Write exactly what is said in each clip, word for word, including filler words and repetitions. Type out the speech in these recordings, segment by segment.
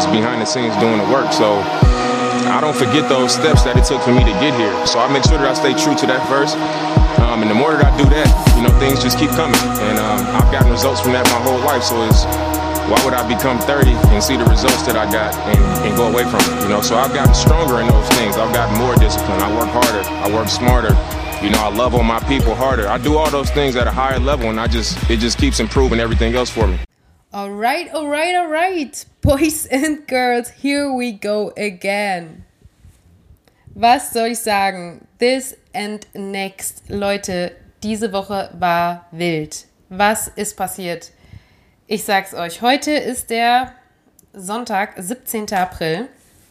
just behind the scenes doing the work. So I don't forget those steps that it took for me to get here. So I make sure that I stay true to that first. Um, and the more that I do that, you know, things just keep coming. And um, I've gotten results from that my whole life. So it's, why would I become thirty and see the results that I got and, and go away from it? You know, so I've gotten stronger in those things. I've gotten more discipline. I work harder. I work smarter. You know, I love on my people harder. I do all those things at a higher level, and I just it just keeps improving everything else for me. Alright, alright, alright. Boys and girls, here we go again. Was soll ich sagen? This and next. Leute, diese Woche war wild. Was ist passiert? Ich sag's euch. Heute ist der Sonntag, siebzehnten April.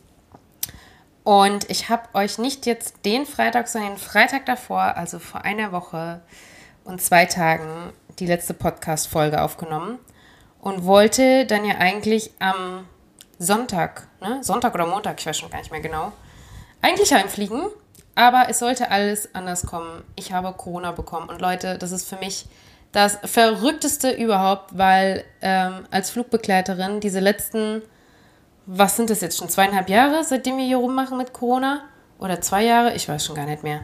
Und ich habe euch nicht jetzt den Freitag, sondern den Freitag davor, also vor einer Woche und zwei Tagen, die letzte Podcast-Folge aufgenommen. Und wollte dann ja eigentlich am Sonntag, ne? Sonntag oder Montag, ich weiß schon gar nicht mehr genau, eigentlich heimfliegen. Aber es sollte alles anders kommen. Ich habe Corona bekommen. Und Leute, das ist für mich das Verrückteste überhaupt, weil ähm, als Flugbegleiterin diese letzten, was sind das jetzt schon, zweieinhalb Jahre, seitdem wir hier rummachen mit Corona? Oder zwei Jahre? Ich weiß schon gar nicht mehr.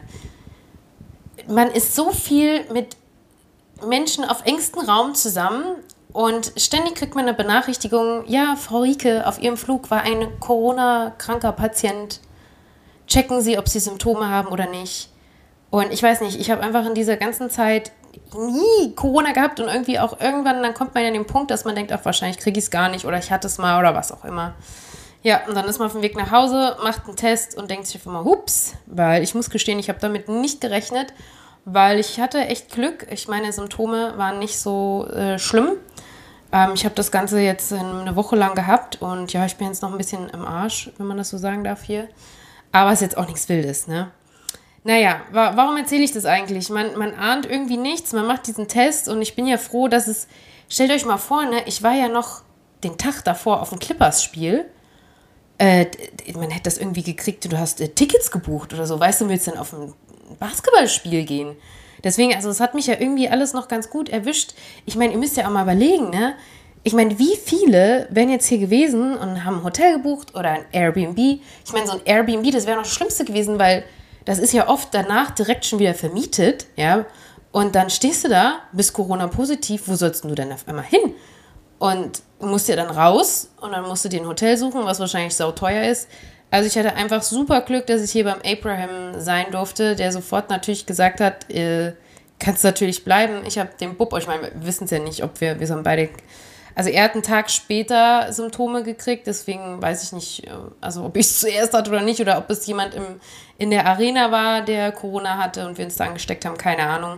Man ist so viel mit Menschen auf engstem Raum zusammen und ständig kriegt man eine Benachrichtigung, ja, Frau Rieke, auf Ihrem Flug war ein Corona-kranker Patient. Checken Sie, ob Sie Symptome haben oder nicht. Und ich weiß nicht, ich habe einfach in dieser ganzen Zeit nie Corona gehabt und irgendwie auch irgendwann, dann kommt man ja an den Punkt, dass man denkt, ach, wahrscheinlich kriege ich es gar nicht oder ich hatte es mal oder was auch immer. Ja, und dann ist man auf dem Weg nach Hause, macht einen Test und denkt sich einfach mal, hups, weil ich muss gestehen, ich habe damit nicht gerechnet, weil ich hatte echt Glück. Ich meine, Symptome waren nicht so äh, schlimm. Ähm, ich habe das Ganze jetzt eine Woche lang gehabt und ja, ich bin jetzt noch ein bisschen im Arsch, wenn man das so sagen darf hier. Aber es ist jetzt auch nichts Wildes, ne? Naja, wa- warum erzähle ich das eigentlich? Man, man ahnt irgendwie nichts, man macht diesen Test und ich bin ja froh, dass es, stellt euch mal vor, ne, ich war ja noch den Tag davor auf dem Clippers-Spiel. Äh, man hätte das irgendwie gekriegt, du hast äh, Tickets gebucht oder so, weißt du, willst dann auf ein Basketballspiel gehen. Deswegen, also es hat mich ja irgendwie alles noch ganz gut erwischt. Ich meine, ihr müsst ja auch mal überlegen, ne? Ich meine, wie viele wären jetzt hier gewesen und haben ein Hotel gebucht oder ein Airbnb? Ich meine, so ein Airbnb, das wäre noch das Schlimmste gewesen, weil das ist ja oft danach direkt schon wieder vermietet, ja. Und dann stehst du da, bist Corona-positiv, wo sollst du denn auf einmal hin? Und musst ja dann raus und dann musst du dir ein Hotel suchen, was wahrscheinlich sauteuer ist. Also ich hatte einfach super Glück, dass ich hier beim Abraham sein durfte, der sofort natürlich gesagt hat, äh, kannst natürlich bleiben. Ich habe den Bub, ich meine, wir wissen es ja nicht, ob wir, wir sind beide... Also er hat einen Tag später Symptome gekriegt, deswegen weiß ich nicht, also ob ich es zuerst hatte oder nicht, oder ob es jemand im, in der Arena war, der Corona hatte und wir uns da angesteckt haben, keine Ahnung.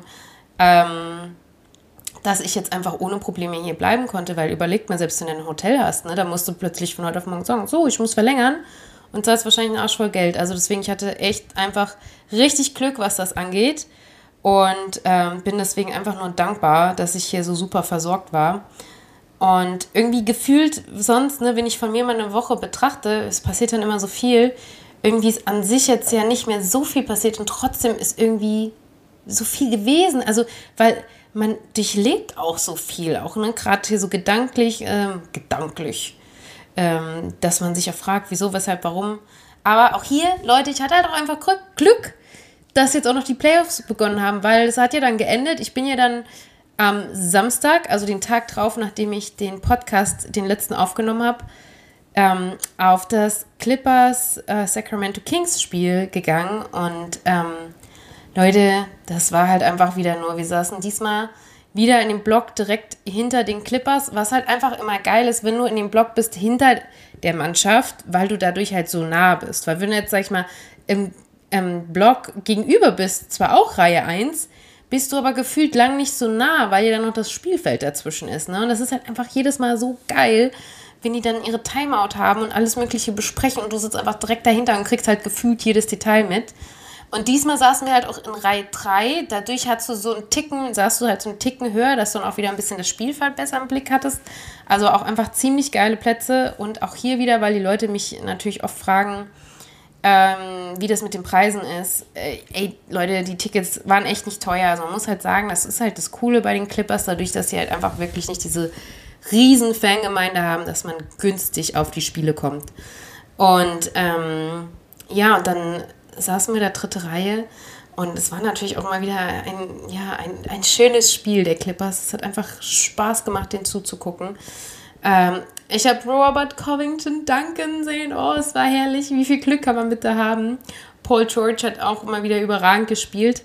Ähm, dass ich jetzt einfach ohne Probleme hier bleiben konnte, weil überlegt mal, selbst wenn du ein Hotel hast, ne, da musst du plötzlich von heute auf morgen sagen, so, ich muss verlängern und zahlst wahrscheinlich einen Arsch voll Geld. Also deswegen, ich hatte echt einfach richtig Glück, was das angeht und ähm, bin deswegen einfach nur dankbar, dass ich hier so super versorgt war. Und irgendwie gefühlt sonst, ne, wenn ich von mir mal eine Woche betrachte, es passiert dann immer so viel, irgendwie ist an sich jetzt ja nicht mehr so viel passiert und trotzdem ist irgendwie so viel gewesen. Also, weil man durchlebt auch so viel, auch ne, gerade hier so gedanklich, ähm, gedanklich, ähm, dass man sich ja fragt, wieso, weshalb, warum. Aber auch hier, Leute, ich hatte halt auch einfach Glück, dass jetzt auch noch die Playoffs begonnen haben, weil es hat ja dann geendet. Ich bin ja dann am Samstag, also den Tag drauf, nachdem ich den Podcast, den letzten aufgenommen habe, ähm, auf das Clippers äh, Sacramento Kings Spiel gegangen und ähm, Leute, das war halt einfach wieder nur, wir saßen diesmal wieder in dem Block direkt hinter den Clippers, was halt einfach immer geil ist, wenn du in dem Block bist, hinter der Mannschaft, weil du dadurch halt so nah bist, weil wenn du jetzt, sag ich mal, im, im Block gegenüber bist, zwar auch Reihe eins, bist du aber gefühlt lang nicht so nah, weil ja dann noch das Spielfeld dazwischen ist. Ne? Und das ist halt einfach jedes Mal so geil, wenn die dann ihre Timeout haben und alles Mögliche besprechen und du sitzt einfach direkt dahinter und kriegst halt gefühlt jedes Detail mit. Und diesmal saßen wir halt auch in Reihe drei. Dadurch hast du so einen Ticken, saßt du halt so einen Ticken höher, dass du dann auch wieder ein bisschen das Spielfeld besser im Blick hattest. Also auch einfach ziemlich geile Plätze. Und auch hier wieder, weil die Leute mich natürlich oft fragen, Ähm, wie das mit den Preisen ist. Äh, ey, Leute, die Tickets waren echt nicht teuer. Also man muss halt sagen, das ist halt das Coole bei den Clippers, dadurch, dass sie halt einfach wirklich nicht diese riesen Fangemeinde haben, dass man günstig auf die Spiele kommt. Und ähm, ja, und dann saßen wir in der dritten Reihe und es war natürlich auch mal wieder ein, ja, ein, ein schönes Spiel der Clippers. Es hat einfach Spaß gemacht, den zuzugucken. Ähm, ich habe Robert Covington danken sehen. Oh, es war herrlich. Wie viel Glück kann man bitte haben? Paul George hat auch immer wieder überragend gespielt.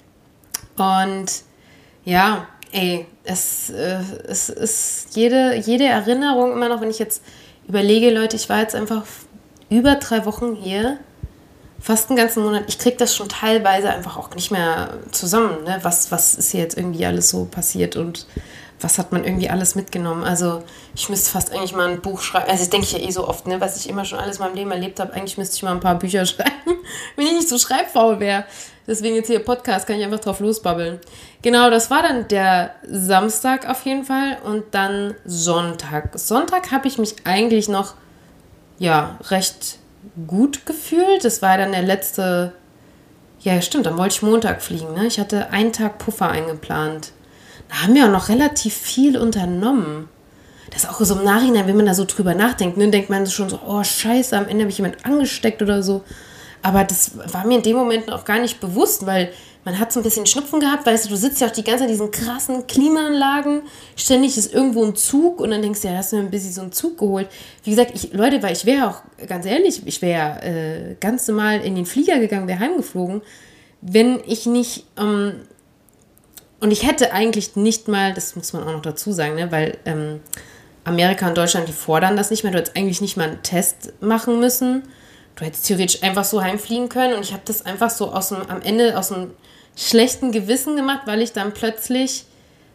Und ja, ey, es, äh, es ist jede, jede Erinnerung immer noch, wenn ich jetzt überlege, Leute, ich war jetzt einfach über drei Wochen hier, fast einen ganzen Monat. Ich kriege das schon teilweise einfach auch nicht mehr zusammen. Ne? Was, was ist hier jetzt irgendwie alles so passiert und was hat man irgendwie alles mitgenommen? Also ich müsste fast eigentlich mal ein Buch schreiben. Also das denke ich ja eh so oft, ne? Was ich immer schon alles in meinem Leben erlebt habe. Eigentlich müsste ich mal ein paar Bücher schreiben, wenn ich nicht so schreibfaul wäre. Deswegen jetzt hier Podcast, kann ich einfach drauf losbabbeln. Genau, das war dann der Samstag auf jeden Fall und dann Sonntag. Sonntag habe ich mich eigentlich noch, ja, recht gut gefühlt. Das war dann der letzte, ja stimmt, dann wollte ich Montag fliegen, ne? Ich hatte einen Tag Puffer eingeplant. Da haben wir auch noch relativ viel unternommen. Das ist auch so im Nachhinein, wenn man da so drüber nachdenkt, ne, denkt man schon so, oh scheiße, am Ende habe ich jemand angesteckt oder so. Aber das war mir in dem Moment auch gar nicht bewusst, weil man hat so ein bisschen Schnupfen gehabt, weißt du, du sitzt ja auch die ganze Zeit in diesen krassen Klimaanlagen, ständig ist irgendwo ein Zug und dann denkst du, ja, hast du mir ein bisschen so einen Zug geholt. Wie gesagt, ich, Leute, weil ich wäre auch, ganz ehrlich, ich wäre äh, ganz normal in den Flieger gegangen, wäre heimgeflogen, wenn ich nicht, ähm, und ich hätte eigentlich nicht mal, das muss man auch noch dazu sagen, ne, weil ähm, Amerika und Deutschland, die fordern das nicht mehr, du hättest eigentlich nicht mal einen Test machen müssen. Du hättest theoretisch einfach so heimfliegen können und ich habe das einfach so aus dem, am Ende aus einem schlechten Gewissen gemacht, weil ich dann plötzlich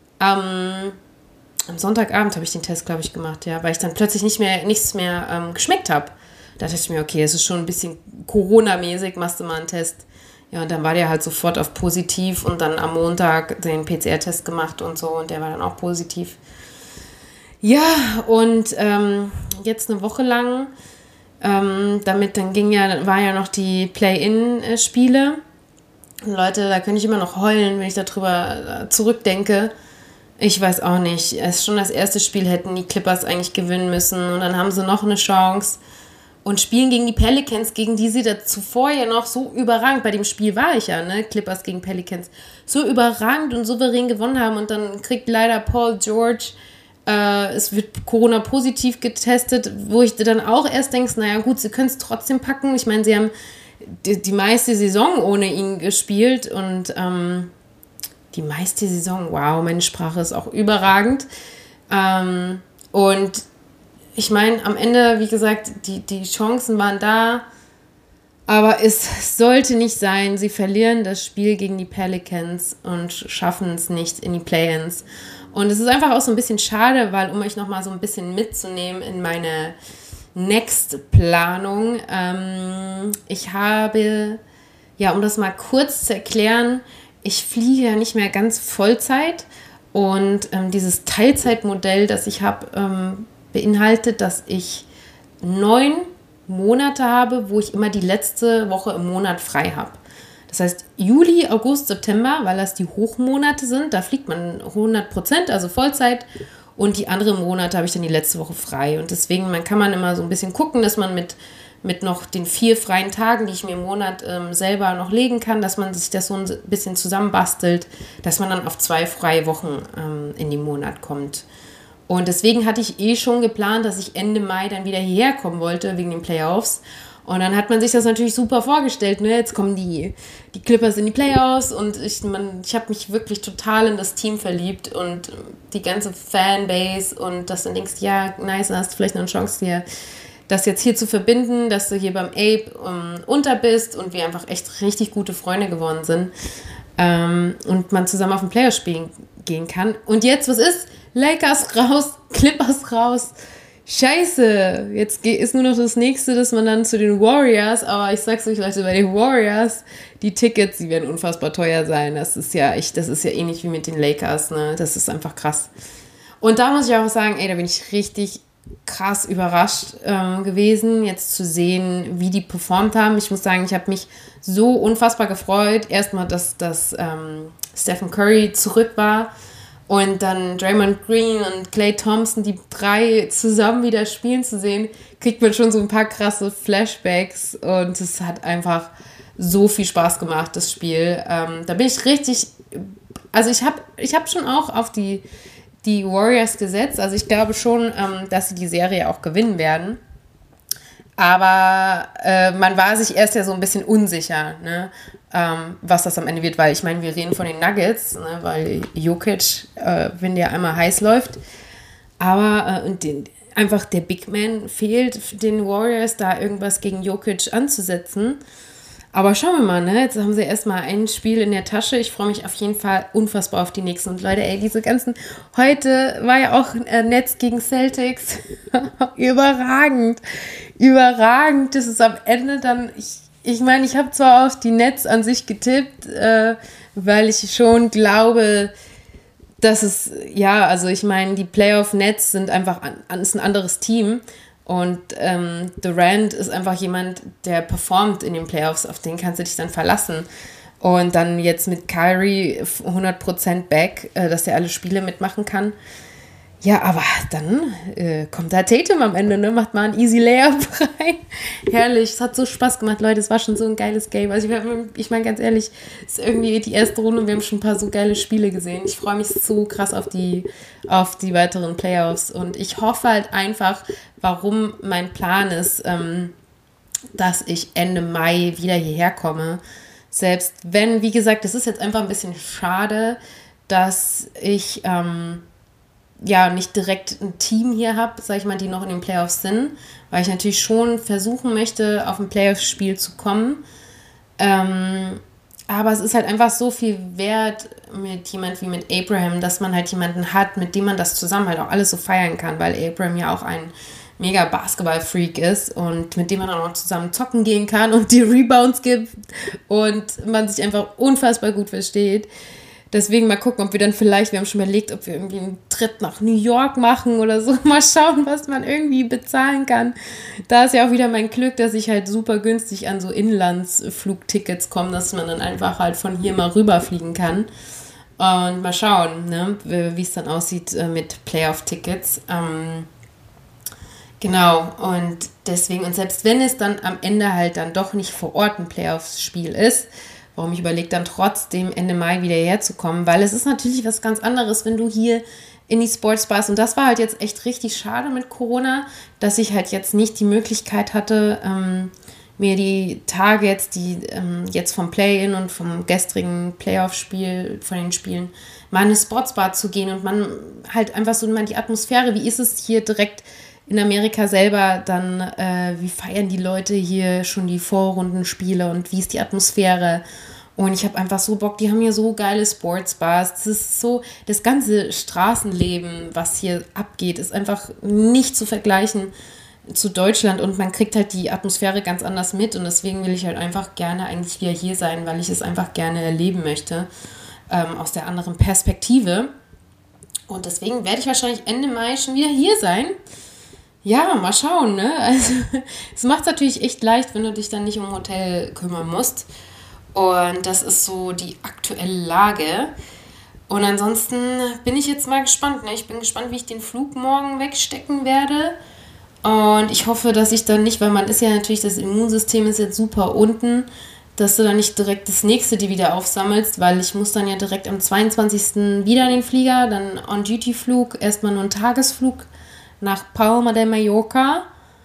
ähm, am Sonntagabend habe ich den Test, glaube ich, gemacht, ja, weil ich dann plötzlich nicht mehr, nichts mehr ähm, geschmeckt habe. Da dachte ich mir, okay, es ist schon ein bisschen Corona-mäßig, machst du mal einen Test. Ja, und dann war der halt sofort auf positiv und dann am Montag den P C R-Test gemacht und so und der war dann auch positiv. Ja, und ähm, jetzt eine Woche lang Ähm, damit dann ging ja, war ja noch die Play-In-Spiele. Und Leute, da könnte ich immer noch heulen, wenn ich darüber zurückdenke. Ich weiß auch nicht. Es schon das erste Spiel hätten die Clippers eigentlich gewinnen müssen. Und dann haben sie noch eine Chance. Und spielen gegen die Pelicans, gegen die sie da zuvor ja noch so überragend, bei dem Spiel war ich ja, ne, Clippers gegen Pelicans, so überragend und souverän gewonnen haben. Und dann kriegt leider Paul George es wird Corona-positiv getestet, wo ich dann auch erst denke, naja gut, sie können es trotzdem packen. Ich meine, sie haben die, die meiste Saison ohne ihn gespielt und ähm, die meiste Saison, wow, meine Sprache ist auch überragend. Ähm, und ich meine, am Ende, wie gesagt, die, die Chancen waren da, aber es sollte nicht sein, sie verlieren das Spiel gegen die Pelicans und schaffen es nicht in die Play-Ins. Und es ist einfach auch so ein bisschen schade, weil, um euch nochmal so ein bisschen mitzunehmen in meine Next-Planung, ähm, ich habe, ja, um das mal kurz zu erklären, ich fliege ja nicht mehr ganz Vollzeit und ähm, dieses Teilzeitmodell, das ich habe, ähm, beinhaltet, dass ich neun Monate habe, wo ich immer die letzte Woche im Monat frei habe. Das heißt, Juli, August, September, weil das die Hochmonate sind, da fliegt man hundert Prozent, also Vollzeit. Und die anderen Monate habe ich dann die letzte Woche frei. Und deswegen man kann man immer so ein bisschen gucken, dass man mit, mit noch den vier freien Tagen, die ich mir im Monat ähm, selber noch legen kann, dass man sich das so ein bisschen zusammenbastelt, dass man dann auf zwei freie Wochen ähm, in den Monat kommt. Und deswegen hatte ich eh schon geplant, dass ich Ende Mai dann wieder hierher kommen wollte, wegen den Playoffs. Und dann hat man sich das natürlich super vorgestellt, ne? Jetzt kommen die, die Clippers in die Playoffs und ich, man, ich habe mich wirklich total in das Team verliebt und die ganze Fanbase und dass du denkst, ja, nice, dann hast du vielleicht noch eine Chance hier, das jetzt hier zu verbinden, dass du hier beim Ape um, unter bist und wir einfach echt richtig gute Freunde geworden sind ähm, und man zusammen auf ein Playoff-Spiel gehen kann. Und jetzt, was ist? Lakers raus, Clippers raus. Scheiße, jetzt ist nur noch das Nächste, dass man dann zu den Warriors, aber ich sag's euch, Leute, bei den Warriors, die Tickets, die werden unfassbar teuer sein. Das ist ja echt, das ist ja ähnlich wie mit den Lakers, ne? Das ist einfach krass. Und da muss ich auch sagen, ey, da bin ich richtig krass überrascht ähm, gewesen, jetzt zu sehen, wie die performt haben. Ich muss sagen, ich habe mich so unfassbar gefreut. Erstmal, dass, dass ähm, Stephen Curry zurück war. Und dann Draymond Green und Klay Thompson, die drei zusammen wieder spielen zu sehen, kriegt man schon so ein paar krasse Flashbacks. Und es hat einfach so viel Spaß gemacht, das Spiel. Ähm, da bin ich richtig... Also ich habe ich hab schon auch auf die, die Warriors gesetzt. Also ich glaube schon, ähm, dass sie die Serie auch gewinnen werden. Aber äh, man war sich erst ja so ein bisschen unsicher, ne, ähm, was das am Ende wird. Weil ich meine, wir reden von den Nuggets, ne, weil Jokic, äh, wenn der einmal heiß läuft. Aber äh, und den, einfach der Big Man fehlt den Warriors, da irgendwas gegen Jokic anzusetzen. Aber schauen wir mal, ne? Jetzt haben sie erstmal ein Spiel in der Tasche. Ich freue mich auf jeden Fall unfassbar auf die nächsten. Und Leute, ey, diese ganzen... Heute war ja auch äh, Nets gegen Celtics. Überragend. Überragend. Das ist am Ende dann... Ich, ich meine, ich habe zwar auf die Nets an sich getippt, äh, weil ich schon glaube, dass es... Ja, also ich meine, die Playoff-Nets sind einfach... An, ist ein anderes Team. Und ähm, Durant ist einfach jemand, der performt in den Playoffs, auf den kannst du dich dann verlassen. Und dann jetzt mit Kyrie hundert Prozent back, äh, dass er alle Spiele mitmachen kann. Ja, aber dann äh, kommt da Tatum am Ende, ne? Macht mal ein easy Layup rein. Herrlich, es hat so Spaß gemacht, Leute, es war schon so ein geiles Game. Also ich, ich meine ganz ehrlich, es ist irgendwie die erste Runde und wir haben schon ein paar so geile Spiele gesehen. Ich freue mich so krass auf die, auf die weiteren Playoffs und ich hoffe halt einfach, warum mein Plan ist, ähm, dass ich Ende Mai wieder hierher komme. Selbst wenn, wie gesagt, es ist jetzt einfach ein bisschen schade, dass ich... Ähm, ja, nicht direkt ein Team hier habe, sag ich mal, die noch in den Playoffs sind, weil ich natürlich schon versuchen möchte, auf ein Playoffs-Spiel zu kommen. Ähm, aber es ist halt einfach so viel wert mit jemand wie mit Abraham, dass man halt jemanden hat, mit dem man das zusammen halt auch alles so feiern kann, weil Abraham ja auch ein mega Basketball-Freak ist und mit dem man auch noch zusammen zocken gehen kann und die Rebounds gibt und man sich einfach unfassbar gut versteht. Deswegen mal gucken, ob wir dann vielleicht, wir haben schon überlegt, ob wir irgendwie einen Trip nach New York machen oder so. Mal schauen, was man irgendwie bezahlen kann. Da ist ja auch wieder mein Glück, dass ich halt super günstig an so Inlandsflugtickets komme, dass man dann einfach halt von hier mal rüberfliegen kann. Und mal schauen, ne, wie es dann aussieht mit Playoff-Tickets. Ähm, genau, und deswegen, und selbst wenn es dann am Ende halt dann doch nicht vor Ort ein Playoff-Spiel ist, warum ich überlege, dann trotzdem Ende Mai wieder herzukommen, weil es ist natürlich was ganz anderes, wenn du hier in die Sportsbars, und das war halt jetzt echt richtig schade mit Corona, dass ich halt jetzt nicht die Möglichkeit hatte, ähm, mir die Tage jetzt, die ähm, jetzt vom Play-In und vom gestrigen Playoff-Spiel, von den Spielen, mal in eine Sportsbar zu gehen und man halt einfach so mal die Atmosphäre, wie ist es hier direkt in Amerika selber, dann äh, wie feiern die Leute hier schon die Vorrundenspiele und wie ist die Atmosphäre? Und ich habe einfach so Bock, die haben hier so geile Sportsbars. Das ist so, das ganze Straßenleben, was hier abgeht, ist einfach nicht zu vergleichen zu Deutschland und man kriegt halt die Atmosphäre ganz anders mit und deswegen will ich halt einfach gerne eigentlich wieder hier sein, weil ich es einfach gerne erleben möchte, ähm, aus der anderen Perspektive. Und deswegen werde ich wahrscheinlich Ende Mai schon wieder hier sein. Ja, mal schauen, ne? Also, es macht es natürlich echt leicht, wenn du dich dann nicht um ein Hotel kümmern musst. Und das ist so die aktuelle Lage. Und ansonsten bin ich jetzt mal gespannt, ne? Ich bin gespannt, wie ich den Flug morgen wegstecken werde. Und ich hoffe, dass ich dann nicht, weil man ist ja natürlich, das Immunsystem ist jetzt super unten, dass du dann nicht direkt das nächste dir wieder aufsammelst, weil ich muss dann ja direkt am zweiundzwanzigsten wieder in den Flieger, dann On-Duty-Flug, erstmal nur einen Tagesflug nach Palma de Mallorca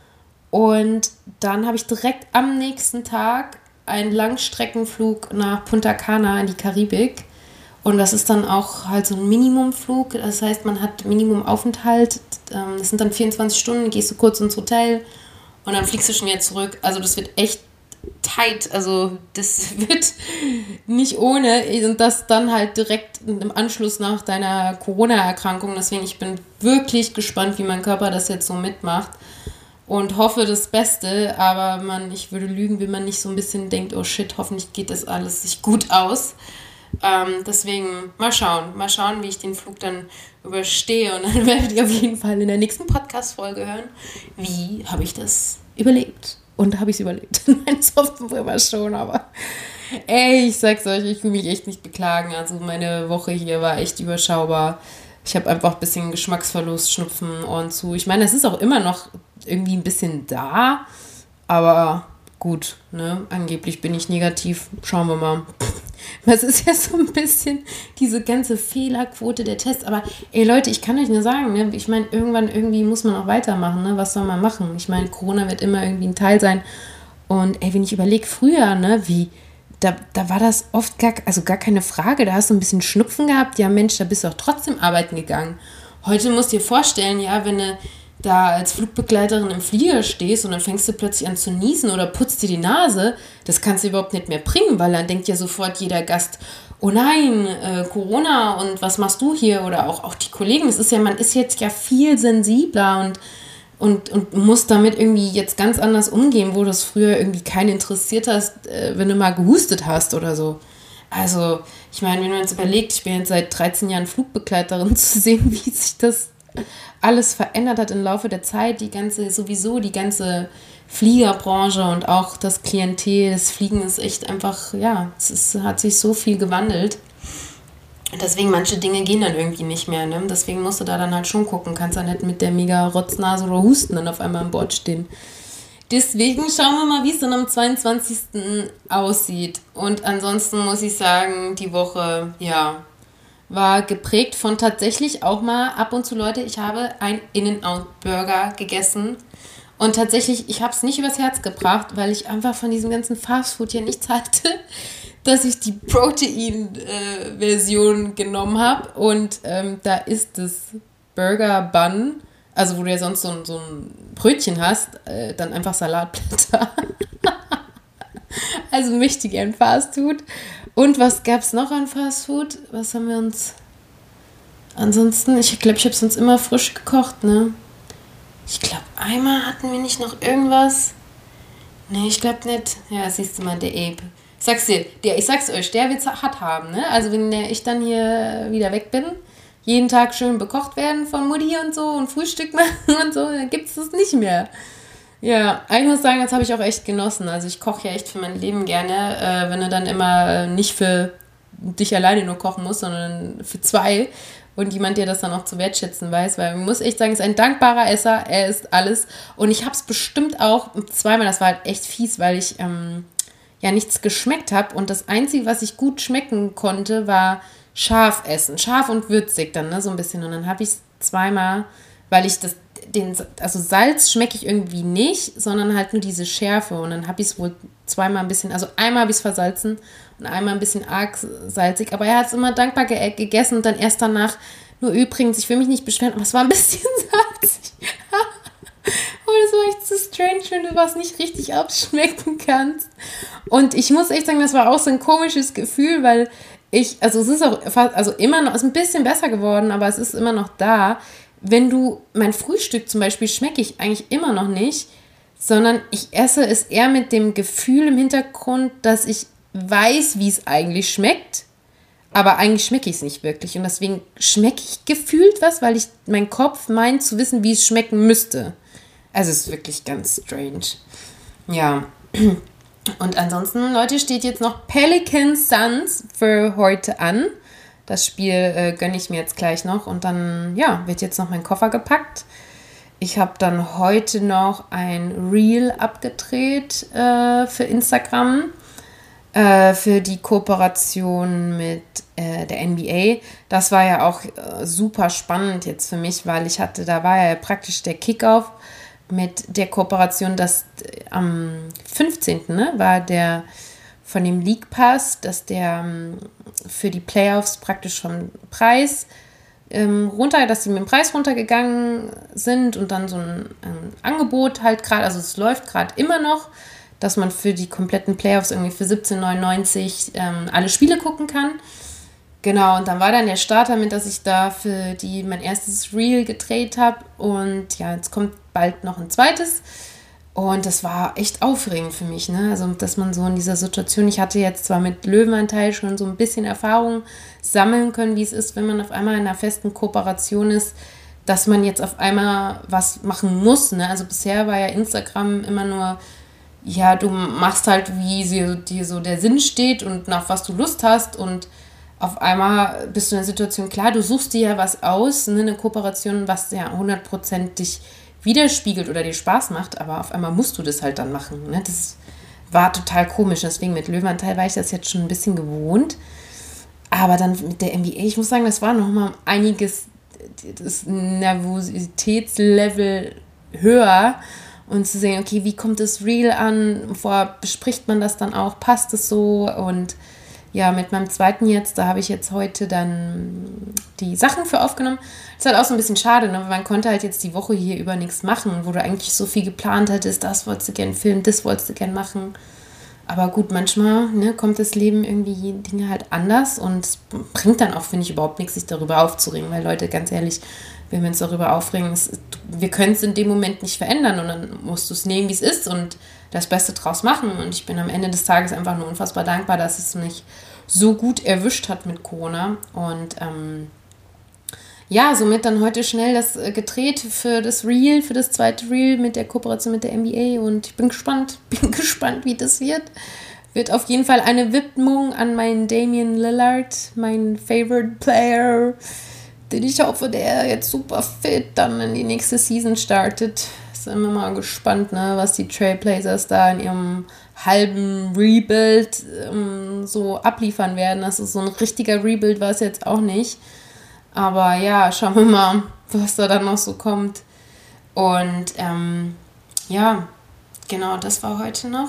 und dann habe ich direkt am nächsten Tag einen Langstreckenflug nach Punta Cana in die Karibik und das ist dann auch halt so ein Minimumflug, das heißt, man hat Minimumaufenthalt, das sind dann vierundzwanzig Stunden, gehst du kurz ins Hotel und dann fliegst du schon wieder zurück, also das wird echt tight, also das wird nicht ohne und das dann halt direkt im Anschluss nach deiner Corona-Erkrankung, deswegen ich bin wirklich gespannt, wie mein Körper das jetzt so mitmacht und hoffe das Beste, aber man, ich würde lügen, wenn man nicht so ein bisschen denkt, oh shit, hoffentlich geht das alles sich gut aus. Ähm, deswegen mal schauen, mal schauen, wie ich den Flug dann überstehe und dann werdet ihr auf jeden Fall in der nächsten Podcast-Folge hören, wie habe ich das überlebt. Und da habe ich es überlebt. Nein, das hoffen wir mal schon, aber Ey, ich sag's euch, ich will mich echt nicht beklagen. Also meine Woche hier war echt überschaubar. Ich habe einfach ein bisschen Geschmacksverlust, Schnupfen, Ohren zu. Ich meine, es ist auch immer noch irgendwie ein bisschen da, aber gut, ne? Angeblich bin ich negativ. Schauen wir mal. Das ist ja so ein bisschen diese ganze Fehlerquote der Tests. Aber ey Leute, ich kann euch nur sagen, ne? Ich meine, irgendwann irgendwie muss man auch weitermachen. Ne? Was soll man machen? Ich meine, Corona wird immer irgendwie ein Teil sein. Und ey, wenn ich überlege, früher, ne, wie, da, da war das oft gar, also gar keine Frage. Da hast du ein bisschen Schnupfen gehabt. Ja Mensch, da bist du auch trotzdem arbeiten gegangen. Heute musst du dir vorstellen, ja, wenn du da als Flugbegleiterin im Flieger stehst und dann fängst du plötzlich an zu niesen oder putzt dir die Nase, das kannst du überhaupt nicht mehr bringen, weil dann denkt ja sofort jeder Gast, oh nein, äh, Corona und was machst du hier? Oder auch, auch die Kollegen, es ist ja, man ist jetzt ja viel sensibler und, und, und muss damit irgendwie jetzt ganz anders umgehen, wo das früher irgendwie keinen interessiert hast, äh, wenn du mal gehustet hast oder so. Also, ich meine, wenn man jetzt überlegt, ich bin jetzt seit dreizehn Jahren Flugbegleiterin, zu sehen, wie sich das alles verändert hat im Laufe der Zeit, die ganze, sowieso die ganze Fliegerbranche und auch das Klientel, das Fliegen ist echt einfach, ja, es ist, hat sich so viel gewandelt. Deswegen, manche Dinge gehen dann irgendwie nicht mehr, ne? Deswegen musst du da dann halt schon gucken, kannst ja nicht mit der mega Rotznase oder Husten dann auf einmal an Bord stehen. Deswegen schauen wir mal, wie es dann am zweiundzwanzigsten aussieht. Und ansonsten muss ich sagen, die Woche, ja, war geprägt von tatsächlich auch mal ab und zu, Leute, ich habe einen In-N-Out-Burger gegessen und tatsächlich, ich habe es nicht übers Herz gebracht, weil ich einfach von diesem ganzen Fastfood hier nichts hatte, dass ich die Protein-Version äh, genommen habe und ähm, da ist das Burger-Bun, also wo du ja sonst so ein, so ein Brötchen hast, äh, dann einfach Salatblätter. Also möchte gern Fastfood. Und was gab es noch an Fastfood? Was haben wir uns... Ansonsten, ich glaube, ich habe sonst immer frisch gekocht, ne? Ich glaube, einmal hatten wir nicht noch irgendwas. Ne, ich glaube nicht. Ja, siehst du mal, der Ape. Ich sag's dir, der, ich sag's euch, der wird's hat haben, ne? Also wenn der, ich dann hier wieder weg bin, jeden Tag schön bekocht werden von Mutti und so und Frühstück machen und so, dann gibt's das nicht mehr. Ja, ich muss sagen, das habe ich auch echt genossen. Also ich koche ja echt für mein Leben gerne, äh, wenn du dann immer äh, nicht für dich alleine nur kochen musst, sondern für zwei und jemand, der das dann auch zu wertschätzen weiß, weil man muss echt sagen, er ist ein dankbarer Esser, er isst alles und ich habe es bestimmt auch zweimal, das war halt echt fies, weil ich ähm, ja nichts geschmeckt habe und das Einzige, was ich gut schmecken konnte, war scharf essen, scharf und würzig dann, ne, so ein bisschen und dann habe ich es zweimal, weil ich das Den, also Salz schmecke ich irgendwie nicht, sondern halt nur diese Schärfe. Und dann habe ich es wohl zweimal ein bisschen, also einmal habe ich es versalzen und einmal ein bisschen arg salzig. Aber er hat es immer dankbar ge- gegessen und dann erst danach, nur übrigens, ich will mich nicht beschweren, aber es war ein bisschen salzig. Und es war echt so strange, wenn du was nicht richtig abschmecken kannst. Und ich muss echt sagen, das war auch so ein komisches Gefühl, weil ich, also es ist auch fast, also immer noch, es ist ein bisschen besser geworden, aber es ist immer noch da. Wenn du, mein Frühstück zum Beispiel schmecke ich eigentlich immer noch nicht, sondern ich esse es eher mit dem Gefühl im Hintergrund, dass ich weiß, wie es eigentlich schmeckt, aber eigentlich schmecke ich es nicht wirklich. Und deswegen schmecke ich gefühlt was, weil ich mein Kopf meint zu wissen, wie es schmecken müsste. Also es ist wirklich ganz strange. Ja. Und ansonsten, Leute, steht jetzt noch Pelican Suns für heute an. Das Spiel äh, gönne ich mir jetzt gleich noch und dann, ja, wird jetzt noch mein Koffer gepackt. Ich habe dann heute noch ein Reel abgedreht äh, für Instagram, äh, für die Kooperation mit äh, der N B A. Das war ja auch äh, super spannend jetzt für mich, weil ich hatte, da war ja praktisch der Kickoff mit der Kooperation, dass äh, am fünfzehnten Ne, war der von dem League Pass, dass der ähm, für die Playoffs praktisch vom Preis ähm, runter, dass sie mit dem Preis runtergegangen sind und dann so ein, ein Angebot halt gerade, also es läuft gerade immer noch, dass man für die kompletten Playoffs irgendwie für siebzehn neunundneunzig ähm, alle Spiele gucken kann. Genau, und dann war dann der Start damit, dass ich da für die mein erstes Reel gedreht habe und ja, jetzt kommt bald noch ein zweites. Und das war echt aufregend für mich, ne? Also, dass man so in dieser Situation, ich hatte jetzt zwar mit Löwenanteil schon so ein bisschen Erfahrung sammeln können, wie es ist, wenn man auf einmal in einer festen Kooperation ist, dass man jetzt auf einmal was machen muss, ne? Also bisher war ja Instagram immer nur ja, du machst halt, wie sie, dir so der Sinn steht und nach was du Lust hast und auf einmal bist du in der Situation, klar, du suchst dir ja was aus, ne, eine Kooperation, was ja hundert Prozent dich widerspiegelt oder dir Spaß macht, aber auf einmal musst du das halt dann machen. Ne? Das war total komisch, deswegen mit Löwenanteil war ich das jetzt schon ein bisschen gewohnt. Aber dann mit der N B A, ich muss sagen, das war nochmal einiges, das Nervositätslevel höher. Und zu sehen, okay, wie kommt das Reel an? Vorher bespricht man das dann auch, passt es so? Und ja, mit meinem zweiten jetzt, da habe ich jetzt heute dann die Sachen für aufgenommen. Das ist halt auch so ein bisschen schade, ne? Weil man konnte halt jetzt die Woche hier über nichts machen, wo du eigentlich so viel geplant hattest, das wolltest du gerne filmen, das wolltest du gerne machen. Aber gut, manchmal ne, kommt das Leben irgendwie Dinge halt anders und es bringt dann auch, finde ich, überhaupt nichts, sich darüber aufzuregen, weil Leute, ganz ehrlich, wenn wir uns darüber aufregen, es, wir können es in dem Moment nicht verändern und dann musst du es nehmen, wie es ist und das Beste draus machen. Und ich bin am Ende des Tages einfach nur unfassbar dankbar, dass es mich so gut erwischt hat mit Corona. Und ähm, ja, somit dann heute schnell das äh, gedreht für das Reel, für das zweite Reel mit der Kooperation mit der N B A. Und ich bin gespannt, bin gespannt, wie das wird. Wird auf jeden Fall eine Widmung an meinen Damian Lillard, meinen Favorite Player, den ich hoffe, der jetzt super fit dann in die nächste Season startet. Sind wir mal gespannt, ne, was die Trailblazers da in ihrem halben Rebuild ähm, so abliefern werden. Das ist so ein richtiger Rebuild, war es jetzt auch nicht. Aber ja, schauen wir mal, was da dann noch so kommt. Und ähm, ja, genau, das war heute noch.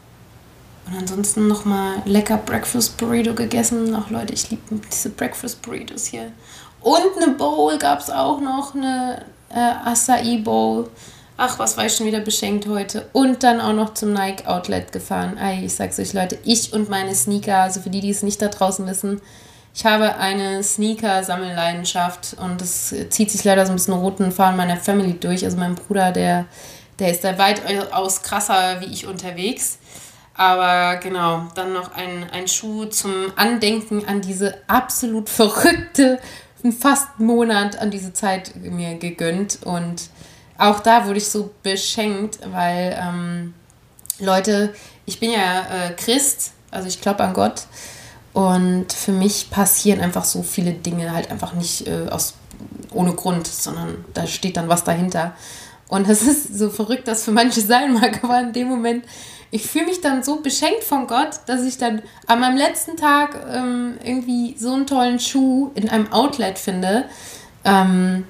Und ansonsten nochmal lecker Breakfast Burrito gegessen. Ach Leute, ich liebe diese Breakfast Burritos hier. Und eine Bowl gab es auch noch, eine äh, Acai Bowl. Ach, was war ich schon wieder beschenkt heute. Und dann auch noch zum Nike Outlet gefahren. Ei, ich sag's euch, Leute, ich und meine Sneaker, also für die, die es nicht da draußen wissen, ich habe eine Sneaker-Sammelleidenschaft und das zieht sich leider so ein bisschen roten Faden meiner Family durch. Also mein Bruder, der, der ist da weitaus krasser wie ich unterwegs. Aber genau, dann noch ein, ein Schuh zum Andenken an diese absolut verrückte, fast einen Monat an diese Zeit mir gegönnt. Und auch da wurde ich so beschenkt, weil, ähm, Leute, ich bin ja äh, Christ, also ich glaube an Gott. Und für mich passieren einfach so viele Dinge halt einfach nicht äh, aus, ohne Grund, sondern da steht dann was dahinter. Und das ist so verrückt, dass für manche sein mag, aber in dem Moment, ich fühle mich dann so beschenkt von Gott, dass ich dann an meinem letzten Tag ähm, irgendwie so einen tollen Schuh in einem Outlet finde ähm,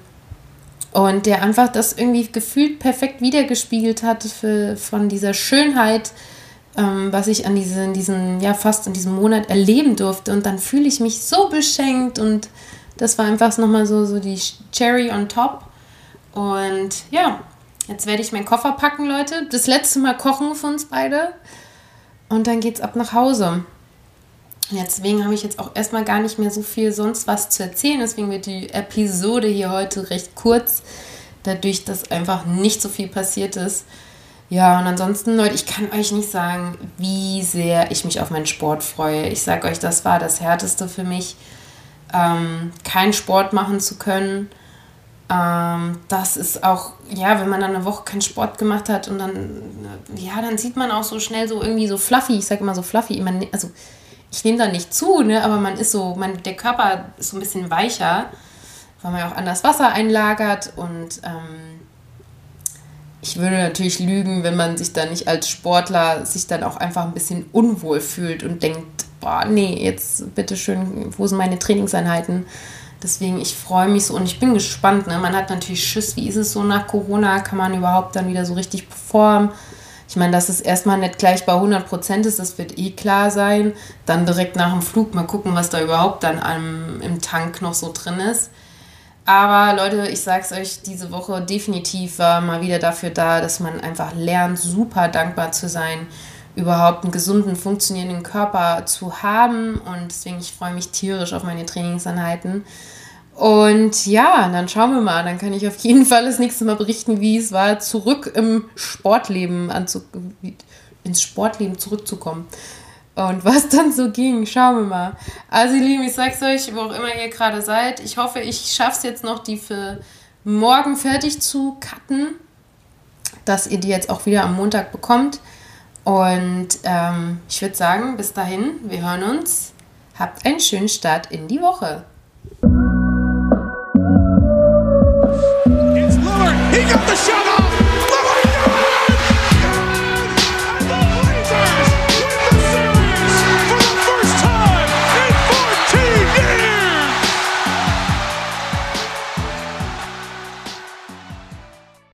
und der einfach das irgendwie gefühlt perfekt wiedergespiegelt hat für, von dieser Schönheit, ähm, was ich an diesen, diesen, ja fast in diesem Monat erleben durfte. Und dann fühle ich mich so beschenkt und das war einfach nochmal so, so die Cherry on top. Und ja, jetzt werde ich meinen Koffer packen, Leute. Das letzte Mal kochen für uns beide. Und dann geht's ab nach Hause. Und deswegen habe ich jetzt auch erstmal gar nicht mehr so viel sonst was zu erzählen. Deswegen wird die Episode hier heute recht kurz. Dadurch, dass einfach nicht so viel passiert ist. Ja, und ansonsten, Leute, ich kann euch nicht sagen, wie sehr ich mich auf meinen Sport freue. Ich sage euch, das war das Härteste für mich, ähm, keinen Sport machen zu können. Ähm, das ist auch, ja, wenn man dann eine Woche keinen Sport gemacht hat und dann, ja, dann sieht man auch so schnell so irgendwie so fluffy, ich sage immer so fluffy, man, also ich nehme da nicht zu, ne, aber man ist so, man, der Körper ist so ein bisschen weicher, weil man ja auch anders Wasser einlagert und ähm, ich würde natürlich lügen, wenn man sich dann nicht als Sportler sich dann auch einfach ein bisschen unwohl fühlt und denkt, boah, nee, jetzt bitteschön, wo sind meine Trainingseinheiten? Deswegen, ich freue mich so und ich bin gespannt. Ne? Man hat natürlich Schiss, wie ist es so nach Corona? Kann man überhaupt dann wieder so richtig performen? Ich meine, dass es erstmal nicht gleich bei hundert Prozent ist, das wird eh klar sein. Dann direkt nach dem Flug mal gucken, was da überhaupt dann am, im Tank noch so drin ist. Aber Leute, ich sag's euch, diese Woche definitiv war mal wieder dafür da, dass man einfach lernt, super dankbar zu sein, überhaupt einen gesunden, funktionierenden Körper zu haben. Und deswegen, ich freue mich tierisch auf meine Trainingseinheiten. Und ja, dann schauen wir mal. Dann kann ich auf jeden Fall das nächste Mal berichten, wie es war, zurück im Sportleben anzu- ins Sportleben zurückzukommen. Und was dann so ging, schauen wir mal. Also ihr Lieben, ich sag's euch, wo auch immer ihr gerade seid, ich hoffe, ich schaff's jetzt noch, die für morgen fertig zu cutten, dass ihr die jetzt auch wieder am Montag bekommt. Und ähm, ich würde sagen, bis dahin, wir hören uns. Habt einen schönen Start in die Woche.